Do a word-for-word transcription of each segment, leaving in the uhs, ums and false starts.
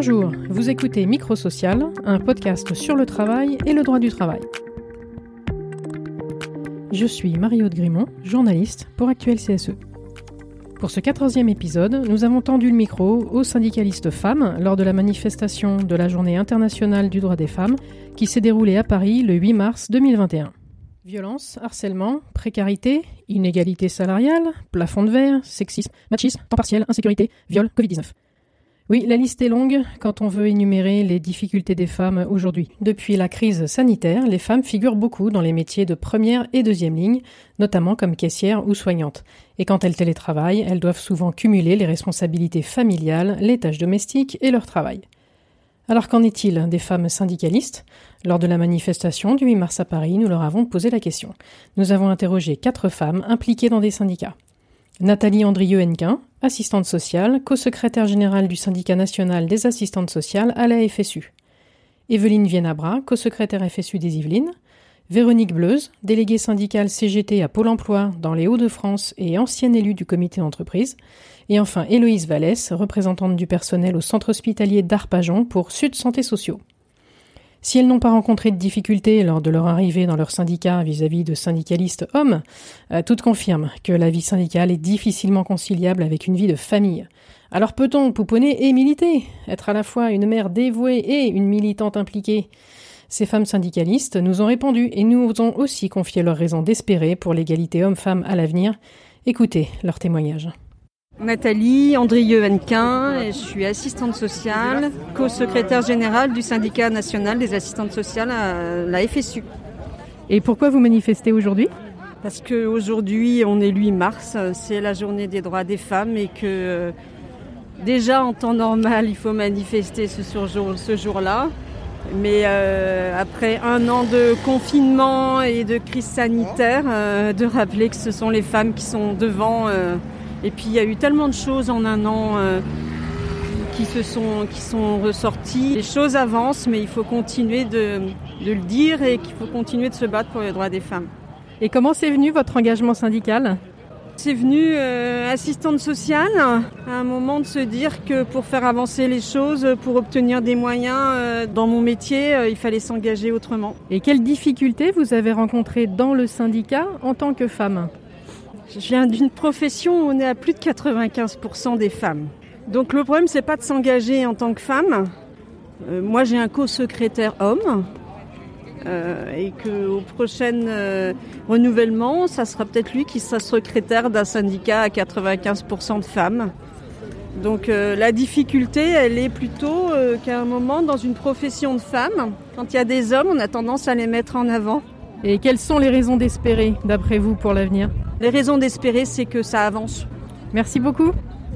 Bonjour, vous écoutez Microsocial, un podcast sur le travail et le droit du travail. Je suis Marie-Aude Grimont, journaliste pour Actuel C S E. Pour ce quatorzième épisode, nous avons tendu le micro aux syndicalistes femmes lors de la manifestation de la Journée internationale du droit des femmes qui s'est déroulée à Paris le huit mars deux mille vingt et un. Violence, harcèlement, précarité, inégalité salariale, plafond de verre, sexisme, machisme, temps partiel, insécurité, viol, covid dix-neuf. Oui, la liste est longue quand on veut énumérer les difficultés des femmes aujourd'hui. Depuis la crise sanitaire, les femmes figurent beaucoup dans les métiers de première et deuxième ligne, notamment comme caissières ou soignantes. Et quand elles télétravaillent, elles doivent souvent cumuler les responsabilités familiales, les tâches domestiques et leur travail. Alors qu'en est-il des femmes syndicalistes ? Lors de la manifestation du huit mars à Paris, nous leur avons posé la question. Nous avons interrogé quatre femmes impliquées dans des syndicats. Nathalie Andrieux-Hennequin, assistante sociale, co-secrétaire générale du syndicat national des assistantes sociales à la F S U. Evelyne Viennabra, co-secrétaire F S U des Yvelines. Véronique Bleuze, déléguée syndicale C G T à Pôle emploi dans les Hauts-de-France et ancienne élue du comité d'entreprise. Et enfin Héloïse Vallès, représentante du personnel au centre hospitalier d'Arpajon pour Sud Santé Sociaux. Si elles n'ont pas rencontré de difficultés lors de leur arrivée dans leur syndicat vis-à-vis de syndicalistes hommes, euh, toutes confirment que la vie syndicale est difficilement conciliable avec une vie de famille. Alors peut-on pouponner et militer, être à la fois une mère dévouée et une militante impliquée ? Ces femmes syndicalistes nous ont répondu et nous ont aussi confié leurs raisons d'espérer pour l'égalité homme-femme à l'avenir. Écoutez leur témoignage. Nathalie Andrieux-Hennequin, je suis assistante sociale, co-secrétaire générale du syndicat national des assistantes sociales à la F S U. Et pourquoi vous manifestez aujourd'hui ? Parce qu'aujourd'hui, on est le huit mars, c'est la journée des droits des femmes et que déjà en temps normal, il faut manifester ce, jour, ce jour-là. Mais euh, après un an de confinement et de crise sanitaire, euh, de rappeler que ce sont les femmes qui sont devant... Euh, Et puis il y a eu tellement de choses en un an euh, qui se sont qui sont ressorties. Les choses avancent, mais il faut continuer de, de le dire et qu'il faut continuer de se battre pour les droits des femmes. Et comment c'est venu votre engagement syndical ? C'est venu euh, assistante sociale, à un moment de se dire que pour faire avancer les choses, pour obtenir des moyens euh, dans mon métier, euh, il fallait s'engager autrement. Et quelles difficultés vous avez rencontrées dans le syndicat en tant que femme ? Je viens d'une profession où on est à plus de quatre-vingt-quinze pour cent des femmes. Donc le problème, c'est pas de s'engager en tant que femme. Euh, moi, j'ai un co-secrétaire homme euh, et qu'au prochain euh, renouvellement, ça sera peut-être lui qui sera secrétaire d'un syndicat à quatre-vingt-quinze pour cent de femmes. Donc euh, la difficulté, elle est plutôt euh, qu'à un moment, dans une profession de femme, quand il y a des hommes, on a tendance à les mettre en avant. Et quelles sont les raisons d'espérer, d'après vous, pour l'avenir ? Les raisons d'espérer, c'est que ça avance. Merci beaucoup.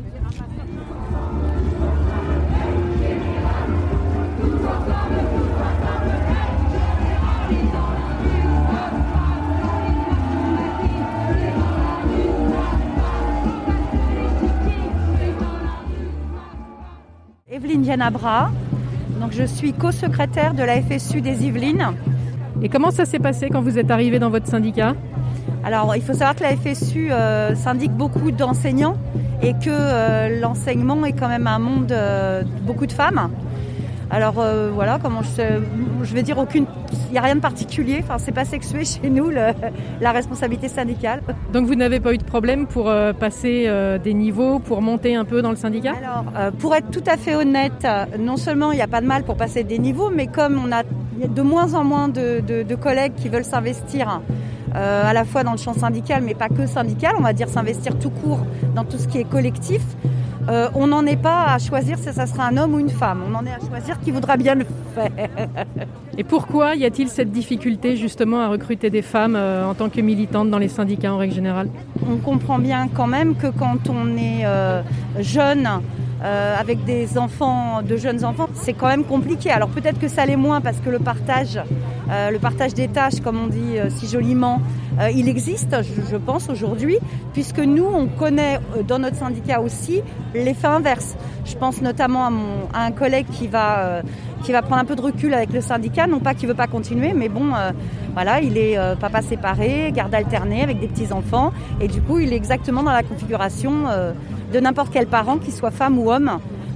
Evelyne Viennabra, donc je suis co-secrétaire de la F S U des Yvelines. Et comment ça s'est passé quand vous êtes arrivée dans votre syndicat ? Alors, il faut savoir que la F S U euh, syndique beaucoup d'enseignants et que euh, l'enseignement est quand même un monde euh, de beaucoup de femmes. Alors euh, voilà, comment je, je vais dire aucune, il n'y a rien de particulier. Enfin, c'est pas sexué chez nous le, la responsabilité syndicale. Donc vous n'avez pas eu de problème pour euh, passer euh, des niveaux, pour monter un peu dans le syndicat ? Alors, euh, pour être tout à fait honnête, non seulement il n'y a pas de mal pour passer des niveaux, mais comme on a de moins en moins de, de, de collègues qui veulent s'investir. Euh, à la fois dans le champ syndical, mais pas que syndical, on va dire s'investir tout court dans tout ce qui est collectif. Euh, on n'en est pas à choisir si ça sera un homme ou une femme. On en est à choisir qui voudra bien le faire. Et pourquoi y a-t-il cette difficulté justement à recruter des femmes euh, en tant que militantes dans les syndicats en règle générale ? On comprend bien quand même que quand on est euh, jeune, Euh, avec des enfants, de jeunes enfants, c'est quand même compliqué. Alors peut-être que ça l'est moins parce que le partage, euh, le partage des tâches, comme on dit euh, si joliment, euh, il existe, je, je pense aujourd'hui, puisque nous, on connaît euh, dans notre syndicat aussi l'effet inverse. Je pense notamment à, mon, à un collègue qui va, euh, qui va prendre un peu de recul avec le syndicat, non pas qu'il veut pas continuer, mais bon, euh, voilà, il est euh, papa séparé, garde alternée avec des petits enfants, et du coup, il est exactement dans la configuration euh, de n'importe quel parent, qu'il soit femme ou homme.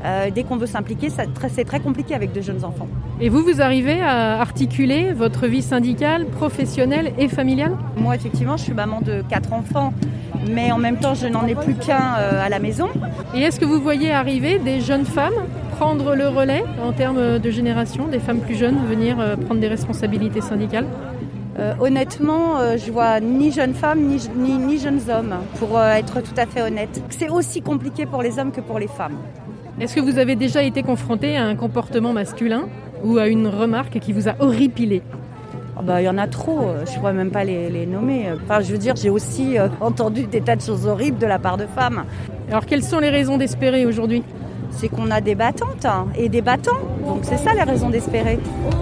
Euh, dès qu'on veut s'impliquer, ça, c'est très compliqué avec de jeunes enfants. Et vous, vous arrivez à articuler votre vie syndicale, professionnelle et familiale ? Moi, effectivement, je suis maman de quatre enfants, mais en même temps, je n'en ai plus qu'un euh, à la maison. Et est-ce que vous voyez arriver des jeunes femmes prendre le relais en termes de génération, des femmes plus jeunes venir euh, prendre des responsabilités syndicales ? Euh, honnêtement, euh, je vois ni jeunes femmes ni, ni, ni jeunes hommes, pour euh, être tout à fait honnête. C'est aussi compliqué pour les hommes que pour les femmes. Est-ce que vous avez déjà été confronté à un comportement masculin ou à une remarque qui vous a horripilé ? Oh bah, y en a trop, je ne pourrais même pas les, les nommer. Enfin, je veux dire, j'ai aussi euh, entendu des tas de choses horribles de la part de femmes. Alors, quelles sont les raisons d'espérer aujourd'hui ? C'est qu'on a des battantes hein, et des battants, donc c'est ça les raisons d'espérer.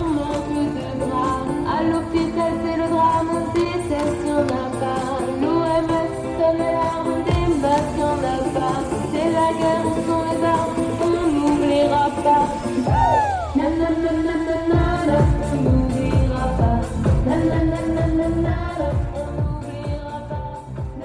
À l'hôpital, c'est le drame, des tests, y'en a pas. L'O M S, c'est les larmes, des masques, y'en a pas. C'est la guerre, on s'en les armes, on n'oubliera pas. Nananana, on n'oubliera pas. Nananana, on n'oubliera pas.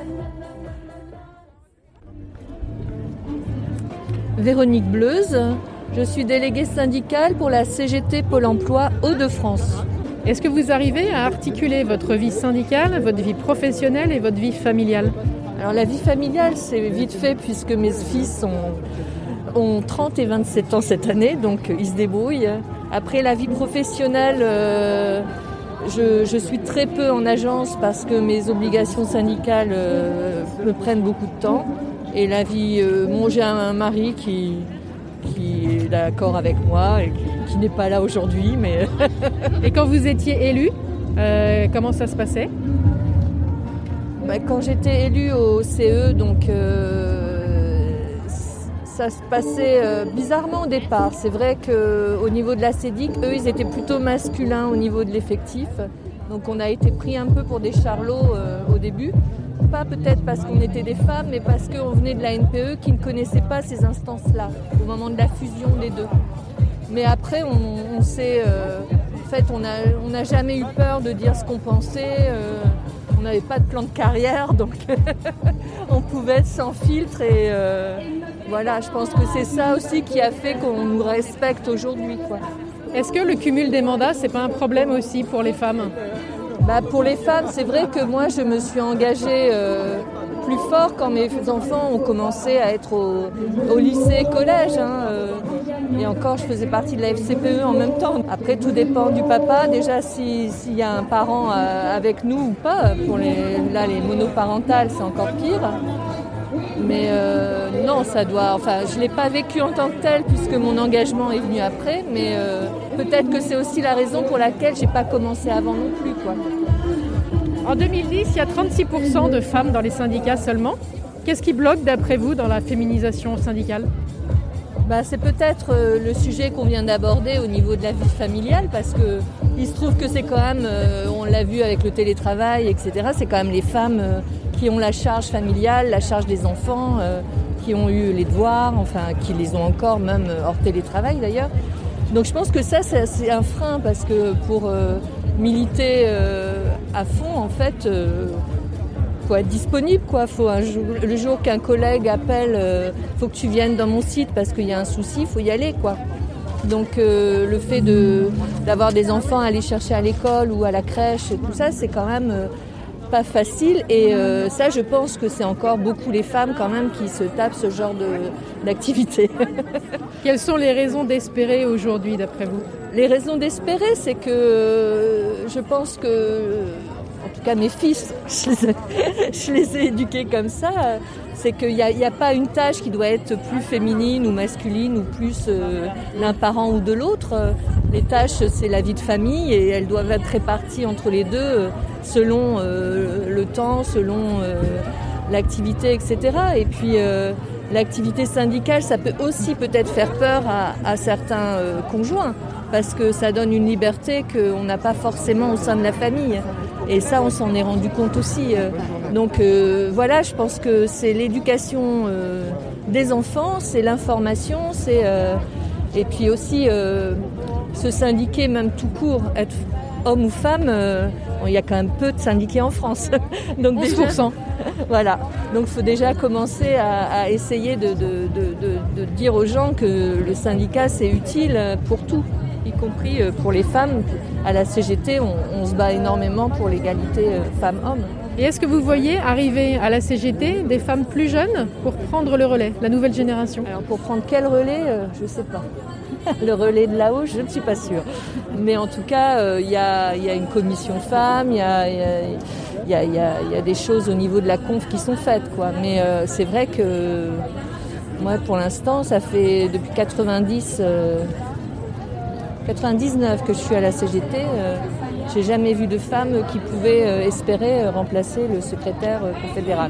Véronique Bleuze, je suis déléguée syndicale pour la C G T Pôle emploi Hauts-de-France. Est-ce que vous arrivez à articuler votre vie syndicale, votre vie professionnelle et votre vie familiale ? Alors la vie familiale, c'est vite fait puisque mes fils ont, ont trente et vingt-sept ans cette année, donc ils se débrouillent. Après la vie professionnelle, euh, je, je suis très peu en agence parce que mes obligations syndicales euh, me prennent beaucoup de temps. Et la vie, euh, bon, j'ai un mari qui... qui est d'accord avec moi et qui, qui n'est pas là aujourd'hui. Mais et quand vous étiez élu, euh, comment ça se passait ? bah, Quand j'étais élue au C E, donc euh, ça se passait euh, bizarrement au départ. C'est vrai qu'au niveau de la C E D I C, eux, ils étaient plutôt masculins au niveau de l'effectif. Donc on a été pris un peu pour des charlots euh, au début. Pas peut-être parce qu'on était des femmes, mais parce qu'on venait de la N P E qui ne connaissait pas ces instances-là, au moment de la fusion des deux. Mais après, on, on s'est... Euh, en fait, on n'a on n'a jamais eu peur de dire ce qu'on pensait. Euh, on n'avait pas de plan de carrière, donc on pouvait être sans filtre. Et euh, voilà, je pense que c'est ça aussi qui a fait qu'on nous respecte aujourd'hui, quoi. Est-ce que le cumul des mandats, c'est pas un problème aussi pour les femmes ? Bah pour les femmes, c'est vrai que moi, je me suis engagée euh, plus fort quand mes enfants ont commencé à être au, au lycée, collège. Hein, euh, et encore, je faisais partie de la F C P E en même temps. Après, tout dépend du papa. Déjà, si, s'il y a un parent euh, avec nous ou pas. Pour les, là, les monoparentales, c'est encore pire. Mais euh, non, ça doit... Enfin, je ne l'ai pas vécu en tant que tel puisque mon engagement est venu après, mais euh, peut-être que c'est aussi la raison pour laquelle je n'ai pas commencé avant non plus, quoi. En deux mille dix, il y a trente-six pour cent de femmes dans les syndicats seulement. Qu'est-ce qui bloque, d'après vous, dans la féminisation syndicale ? Bah, c'est peut-être euh, le sujet qu'on vient d'aborder au niveau de la vie familiale, parce que il se trouve que c'est quand même, euh, on l'a vu avec le télétravail, et cetera, c'est quand même les femmes euh, qui ont la charge familiale, la charge des enfants, euh, qui ont eu les devoirs, enfin qui les ont encore, même hors télétravail d'ailleurs. Donc je pense que ça, c'est, c'est un frein, parce que pour euh, militer euh, à fond, en fait... Euh, faut être disponible, quoi. Faut un jour, le jour qu'un collègue appelle, euh, faut que tu viennes dans mon site parce qu'il y a un souci, il faut y aller, quoi. Donc euh, le fait de, d'avoir des enfants à aller chercher à l'école ou à la crèche, et tout ça, c'est quand même euh, pas facile. Et euh, ça, je pense que c'est encore beaucoup les femmes quand même qui se tapent ce genre de, d'activité. Quelles sont les raisons d'espérer aujourd'hui, d'après vous ? Les raisons d'espérer, c'est que euh, je pense que... En tout cas, mes fils, je les ai, je les ai éduqués comme ça. C'est qu'il n'y a, y a pas une tâche qui doit être plus féminine ou masculine ou plus euh, l'un parent ou de l'autre. Les tâches, c'est la vie de famille et elles doivent être réparties entre les deux euh, selon euh, le temps, selon euh, l'activité, et cetera. Et puis, euh, l'activité syndicale, ça peut aussi peut-être faire peur à, à certains euh, conjoints parce que ça donne une liberté qu'on n'a pas forcément au sein de la famille. Et ça, on s'en est rendu compte aussi. Donc euh, voilà, je pense que c'est l'éducation euh, des enfants, c'est l'information, c'est euh, et puis aussi euh, se syndiquer, même tout court, être homme ou femme. Euh, bon, il y a quand même peu de syndiqués en France. Donc onze pour cent. Déjà, Voilà, donc il faut déjà commencer à, à essayer de, de, de, de, de dire aux gens que le syndicat c'est utile pour tout, y compris pour les femmes. À la C G T, on, on se bat énormément pour l'égalité femmes-hommes. Et est-ce que vous voyez arriver à la C G T des femmes plus jeunes pour prendre le relais, la nouvelle génération ? Alors pour prendre quel relais, euh, je ne sais pas. Le relais de là-haut, je ne suis pas sûre. Mais en tout cas, il euh, y, a, y a une commission femmes, il y a, y, a, y, a, y, a, y a des choses au niveau de la conf qui sont faites, quoi. Mais euh, c'est vrai que moi, pour l'instant, ça fait depuis quatre-vingt-dix, euh, quatre-vingt-dix-neuf que je suis à la C G T. Euh, j'ai jamais vu de femme qui pouvait euh, espérer euh, remplacer le secrétaire euh, confédéral.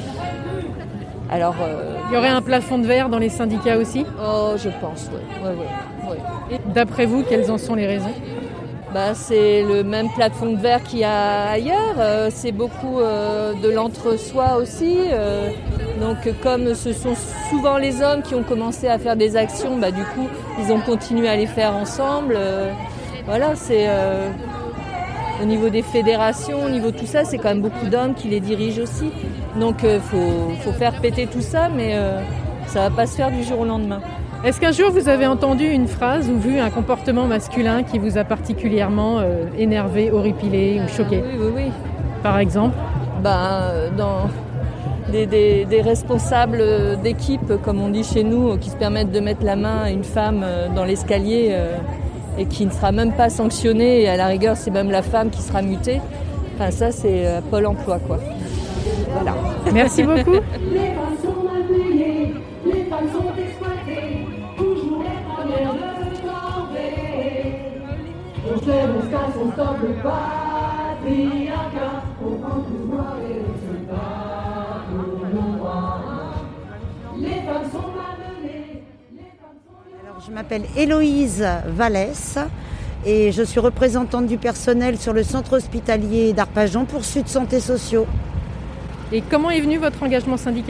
Alors, euh, il y aurait un plafond de verre dans les syndicats aussi ? Oh, je pense, oui. Ouais, ouais, ouais. Et d'après vous, quelles en sont les raisons ? Bah, c'est le même plafond de verre qu'il y a ailleurs. Euh, c'est beaucoup euh, de l'entre-soi aussi. Euh, donc, comme ce sont souvent les hommes qui ont commencé à faire des actions, bah, du coup, ils ont continué à les faire ensemble. Euh, voilà, c'est... Euh, Au niveau des fédérations, au niveau de tout ça, c'est quand même beaucoup d'hommes qui les dirigent aussi. Donc il euh, faut, faut faire péter tout ça, mais euh, ça ne va pas se faire du jour au lendemain. Est-ce qu'un jour vous avez entendu une phrase ou vu un comportement masculin qui vous a particulièrement euh, énervé, horripilé ou choqué ? Oui, oui, oui. Par exemple ? Ben, dans des, des, des responsables d'équipe, comme on dit chez nous, qui se permettent de mettre la main à une femme dans l'escalier euh, et qui ne sera même pas sanctionnée, et à la rigueur c'est même la femme qui sera mutée. Enfin ça c'est euh, Pôle emploi quoi. Voilà. Merci beaucoup. Les femmes sont mal payées, les femmes sont exploitées, toujours les premières de corvée. On se lève, on se casse, on stoppe le patriarcat, on prend le pouvoir et on se bat pour nos droits. Les femmes sont malmenées. Alors, je m'appelle Héloïse Vallès et je suis représentante du personnel sur le centre hospitalier d'Arpajon pour Sud Santé Sociaux. Et comment est venu votre engagement syndical ?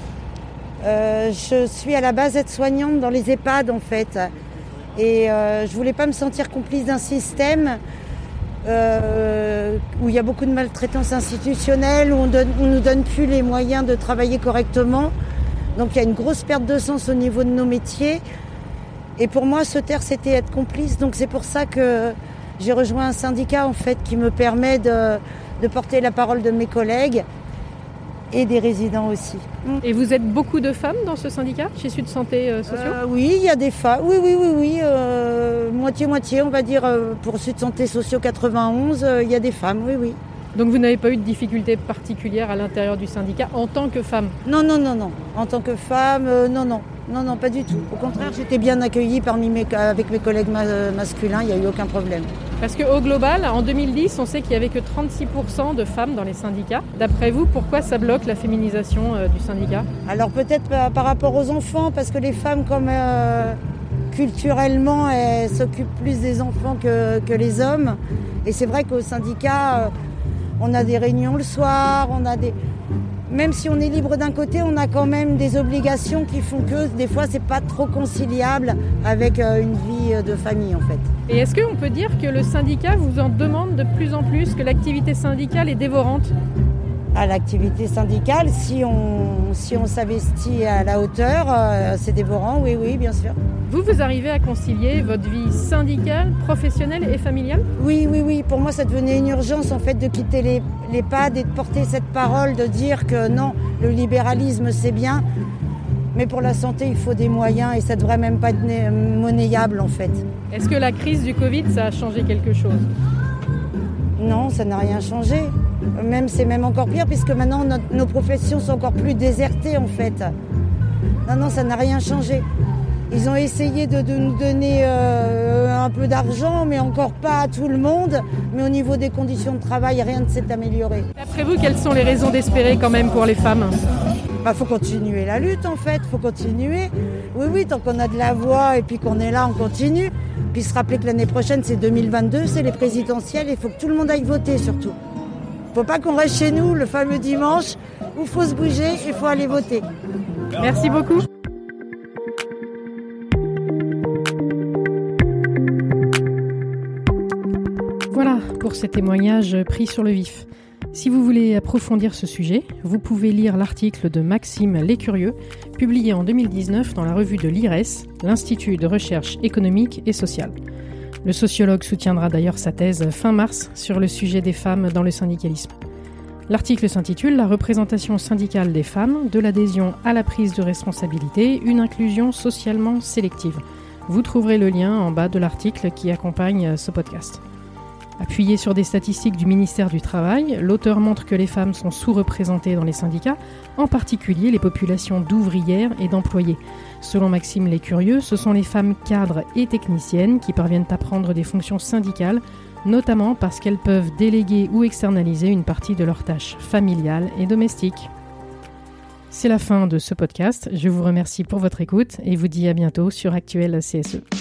euh, Je suis à la base aide-soignante dans les EHPAD en fait. Et euh, je ne voulais pas me sentir complice d'un système euh, où il y a beaucoup de maltraitance institutionnelle, où on ne nous donne plus les moyens de travailler correctement. Donc il y a une grosse perte de sens au niveau de nos métiers. Et pour moi, se taire, c'était être complice. Donc c'est pour ça que j'ai rejoint un syndicat en fait, qui me permet de, de porter la parole de mes collègues et des résidents aussi. Et vous êtes beaucoup de femmes dans ce syndicat, chez Sud Santé euh, Sociaux ? euh, Oui, il y a des femmes. Oui, oui, oui, oui. Euh, moitié-moitié, on va dire, euh, pour Sud Santé Sociaux quatre-vingt-onze, euh, il y a des femmes, oui, oui. Donc vous n'avez pas eu de difficultés particulières à l'intérieur du syndicat en tant que femme ? Non, non, non, non. En tant que femme, euh, non, non. Non, non, pas du tout. Au contraire, j'étais bien accueillie parmi mes, avec mes collègues ma- masculins, il n'y a eu aucun problème. Parce qu'au global, en deux mille dix, on sait qu'il n'y avait que trente-six pour cent de femmes dans les syndicats. D'après vous, pourquoi ça bloque la féminisation euh, du syndicat ? Alors peut-être par, par rapport aux enfants, parce que les femmes, comme euh, culturellement, elles s'occupent plus des enfants que, que les hommes. Et c'est vrai qu'au syndicat, euh, on a des réunions le soir, on a des... Même si on est libre d'un côté, on a quand même des obligations qui font que des fois c'est pas trop conciliable avec une vie de famille en fait. Et est-ce qu'on peut dire que le syndicat vous en demande de plus en plus, que l'activité syndicale est dévorante ? À l'activité syndicale, si on, si on s'investit à la hauteur, euh, c'est dévorant, oui, oui, bien sûr. Vous, vous arrivez à concilier votre vie syndicale, professionnelle et familiale ? Oui, oui, oui. Pour moi, ça devenait une urgence en fait de quitter les, les pads et de porter cette parole, de dire que non, le libéralisme c'est bien, mais pour la santé, il faut des moyens et ça devrait même pas être monnayable en fait. Est-ce que la crise du Covid, ça a changé quelque chose ? Non, ça n'a rien changé. Même, c'est même encore pire puisque maintenant notre, nos professions sont encore plus désertées en fait. Non, non, ça n'a rien changé. Ils ont essayé de, de nous donner euh, un peu d'argent, mais encore pas à tout le monde. Mais au niveau des conditions de travail, rien ne s'est amélioré. D'après vous, quelles sont les raisons d'espérer quand même pour les femmes ? Bah, faut continuer la lutte en fait, faut continuer. Oui, oui, tant qu'on a de la voix et puis qu'on est là, on continue. Puis se rappeler que l'année prochaine, c'est deux mille vingt-deux, c'est les présidentielles, il faut que tout le monde aille voter surtout. Faut pas qu'on reste chez nous le fameux dimanche où il faut se bouger et il faut aller voter. Merci beaucoup. Voilà pour ces témoignages pris sur le vif. Si vous voulez approfondir ce sujet, vous pouvez lire l'article de Maxime Lescurieux, publié en deux mille dix-neuf dans la revue de l'I R E S, l'Institut de recherche économique et sociale. Le sociologue soutiendra d'ailleurs sa thèse fin mars sur le sujet des femmes dans le syndicalisme. L'article s'intitule « La représentation syndicale des femmes, de l'adhésion à la prise de responsabilité, une inclusion socialement sélective ». Vous trouverez le lien en bas de l'article qui accompagne ce podcast. Appuyé sur des statistiques du ministère du Travail, l'auteur montre que les femmes sont sous-représentées dans les syndicats, en particulier les populations d'ouvrières et d'employés. Selon Maxime Lescurieux, ce sont les femmes cadres et techniciennes qui parviennent à prendre des fonctions syndicales, notamment parce qu'elles peuvent déléguer ou externaliser une partie de leurs tâches familiales et domestiques. C'est la fin de ce podcast. Je vous remercie pour votre écoute et vous dis à bientôt sur Actuel C S E.